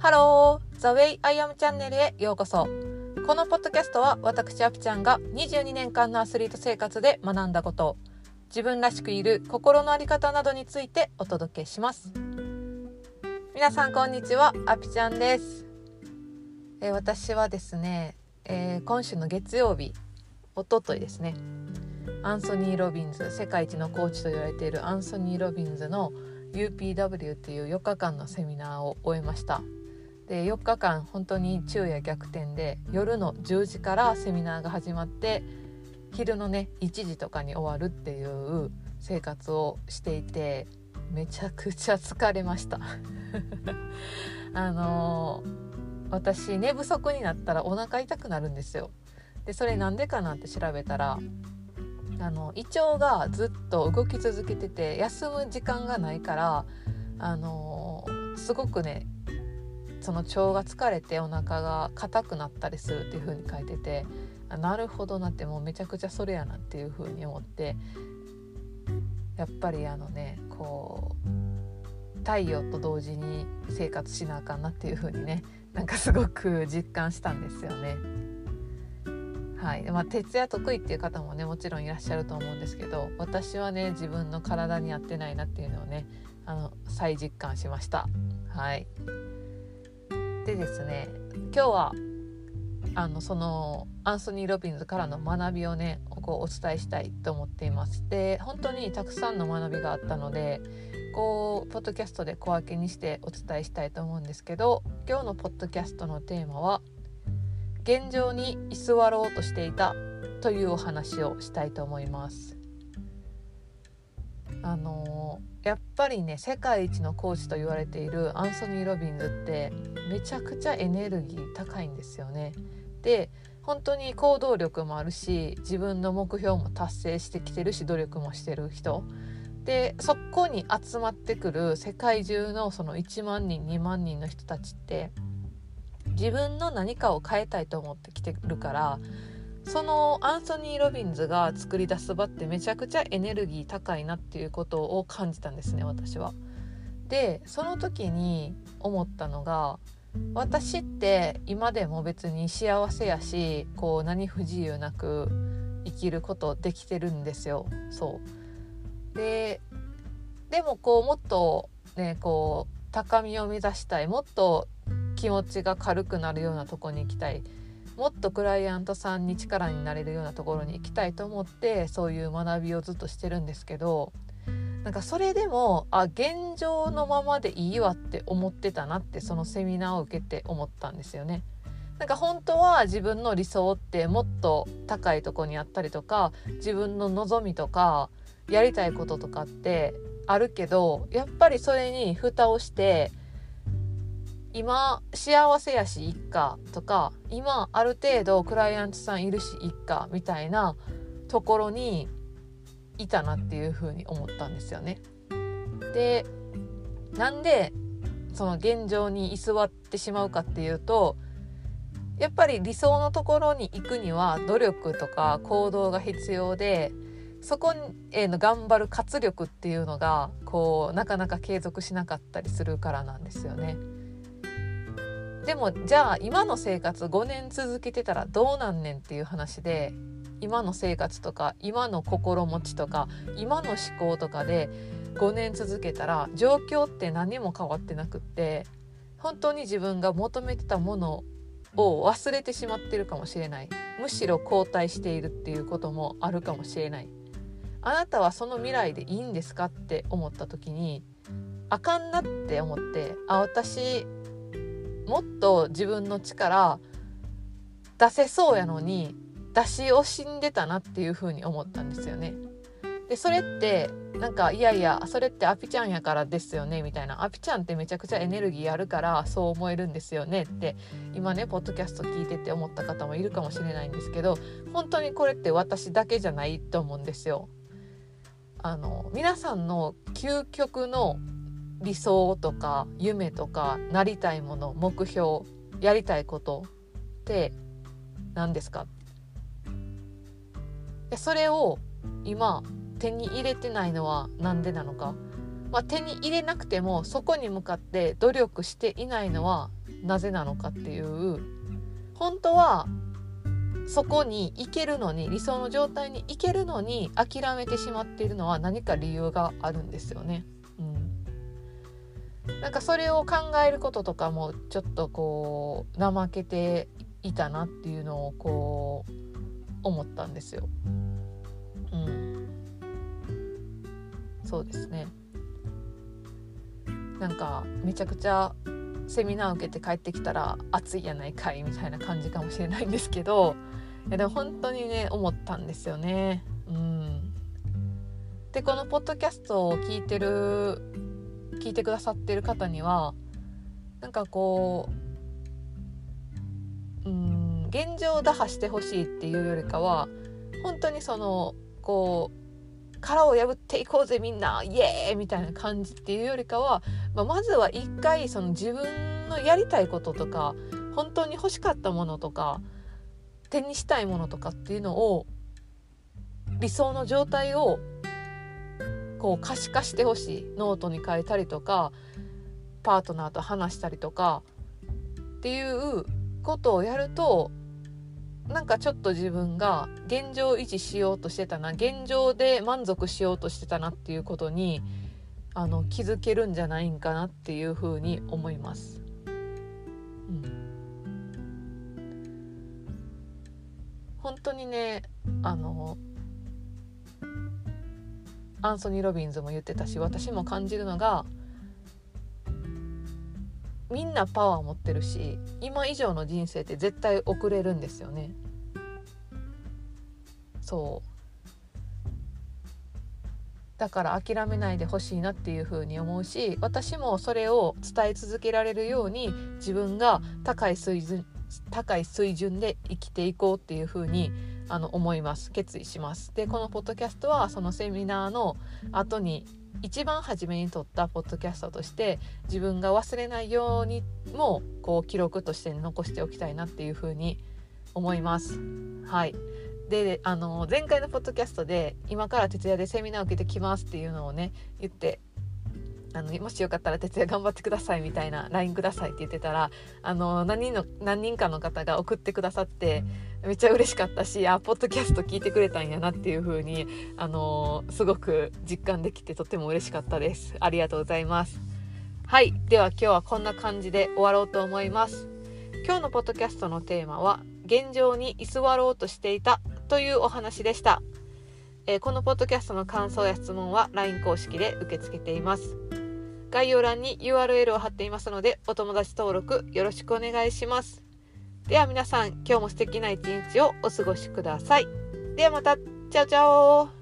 ハロー、The Way I Am チャンネルへようこそ。このポッドキャストは私アピちゃんが22年間のアスリート生活で学んだこと、自分らしくいる心の在り方などについてお届けします。皆さんこんにちは、アピちゃんです。私はですね、今週の月曜日、おとといですね、アンソニー・ロビンズ、世界一のコーチと言われているアンソニー・ロビンズの UPW っていう4日間のセミナーを終えました。で4日間本当に昼夜逆転で、夜の10時からセミナーが始まって昼のね1時とかに終わるっていう生活をしていて、めちゃくちゃ疲れました私寝不足になったらお腹痛くなるんですよ。でそれなんでかなって調べたら、胃腸がずっと動き続けてて休む時間がないから、すごくねその腸が疲れてお腹が硬くなったりするっていう風に書いてて、なるほどなって、もうめちゃくちゃそれやなっていう風に思って、やっぱりこう太陽と同時に生活しなあかんなっていう風にね、なんかすごく実感したんですよね。はい。徹夜得意っていう方もねもちろんいらっしゃると思うんですけど、私はね自分の体に合ってないなっていうのをね再実感しました。はい。でですね、今日はそのアンソニー・ロビンズからの学びをねこうお伝えしたいと思っています。で本当にたくさんの学びがあったので、こうポッドキャストで小分けにしてお伝えしたいと思うんですけど、今日のポッドキャストのテーマは現状に居座ろうとしていたというお話をしたいと思います。やっぱりね世界一のコーチと言われているアンソニー・ロビンズってめちゃくちゃエネルギー高いんですよね。で本当に行動力もあるし、自分の目標も達成してきてるし、努力もしてる人で、そこに集まってくる世界中のその1万人2万人の人たちって自分の何かを変えたいと思ってきてるから、そのアンソニー・ロビンズが作り出す場ってめちゃくちゃエネルギー高いなっていうことを感じたんですね、私は。でその時に思ったのが、私って今でも別に幸せやし、こう何不自由なく生きることできてるんですよ。そうでもこうもっとねこう高みを目指したい、もっと気持ちが軽くなるようなところに行きたい、もっとクライアントさんに力になれるようなところに行きたいと思って、そういう学びをずっとしてるんですけど、なんかそれでも現状のままでいいわって思ってたなって、そのセミナーを受けて思ったんですよね。なんか本当は自分の理想ってもっと高いところにあったりとか、自分の望みとかやりたいこととかってあるけど、やっぱりそれに蓋をして今幸せやしいっかとか、今ある程度クライアントさんいるしいっかみたいなところにいたなっていう風に思ったんですよね。でなんでその現状に居座ってしまうかっていうと、やっぱり理想のところに行くには努力とか行動が必要で、そこへの頑張る活力っていうのがこうなかなか継続しなかったりするからなんですよね。でもじゃあ今の生活5年続けてたらどうなんねんっていう話で、今の生活とか今の心持ちとか今の思考とかで5年続けたら状況って何も変わってなくって、本当に自分が求めてたものを忘れてしまってるかもしれない、むしろ後退しているっていうこともあるかもしれない。あなたはその未来でいいんですかって思った時に、あかんなって思って、私もっと自分の力出せそうやのに出し惜しんでたなっていう風に思ったんですよね。でそれってなんかいやいやそれってアピちゃんやからですよねみたいな、アピちゃんってめちゃくちゃエネルギーあるからそう思えるんですよねって今ねポッドキャスト聞いてて思った方もいるかもしれないんですけど、本当にこれって私だけじゃないと思うんですよ。皆さんの究極の理想とか夢とかなりたいもの、目標、やりたいことって何ですか？でそれを今手に入れてないのはなんでなのか、手に入れなくてもそこに向かって努力していないのはなぜなのかっていう、本当はそこに行けるのに、理想の状態に行けるのに諦めてしまっているのは何か理由があるんですよね。なんかそれを考えることとかもちょっとこう怠けていたなっていうのをこう思ったんですよ。そうですね。なんかめちゃくちゃセミナー受けて帰ってきたら暑いやないかいみたいな感じかもしれないんですけど、でも本当にね思ったんですよね。でこのポッドキャストを聞いてくださってる方にはなんかこう現状を打破してほしいっていうよりかは、本当にそのこう殻を破っていこうぜみんなイエーイみたいな感じっていうよりかは、まずは一回その自分のやりたいこととか本当に欲しかったものとか手にしたいものとかっていうのを、理想の状態をこう可視化してほしい。ノートに書いたりとかパートナーと話したりとかっていうことをやると、なんかちょっと自分が現状維持しようとしてたな、現状で満足しようとしてたなっていうことに気づけるんじゃないんかなっていうふうに思います。本当にねアンソニー・ロビンズも言ってたし、私も感じるのが、みんなパワー持ってるし今以上の人生って絶対送れるんですよね。そうだから諦めないでほしいなっていう風に思うし、私もそれを伝え続けられるように自分が高い水準で生きていこうっていう風に思います。決意します。でこのポッドキャストはそのセミナーの後に一番初めに撮ったポッドキャストとして、自分が忘れないようにもこう記録として残しておきたいなっていう風に思います。はい。で前回のポッドキャストで今から徹夜でセミナーを受けてきますっていうのをね言って、もしよかったら徹夜頑張ってくださいみたいな LINE くださいって言ってたら何人かの方が送ってくださってめっちゃ嬉しかったし、ポッドキャスト聞いてくれたんやなっていう風にすごく実感できてとても嬉しかったです。ありがとうございます。はい、では今日はこんな感じで終わろうと思います。今日のポッドキャストのテーマは現状に居座ろうとしていたというお話でした。このポッドキャストの感想や質問は LINE 公式で受け付けています。概要欄に URL を貼っていますのでお友達登録よろしくお願いします。では皆さん今日も素敵な一日をお過ごしください。ではまた。チャオチャオ。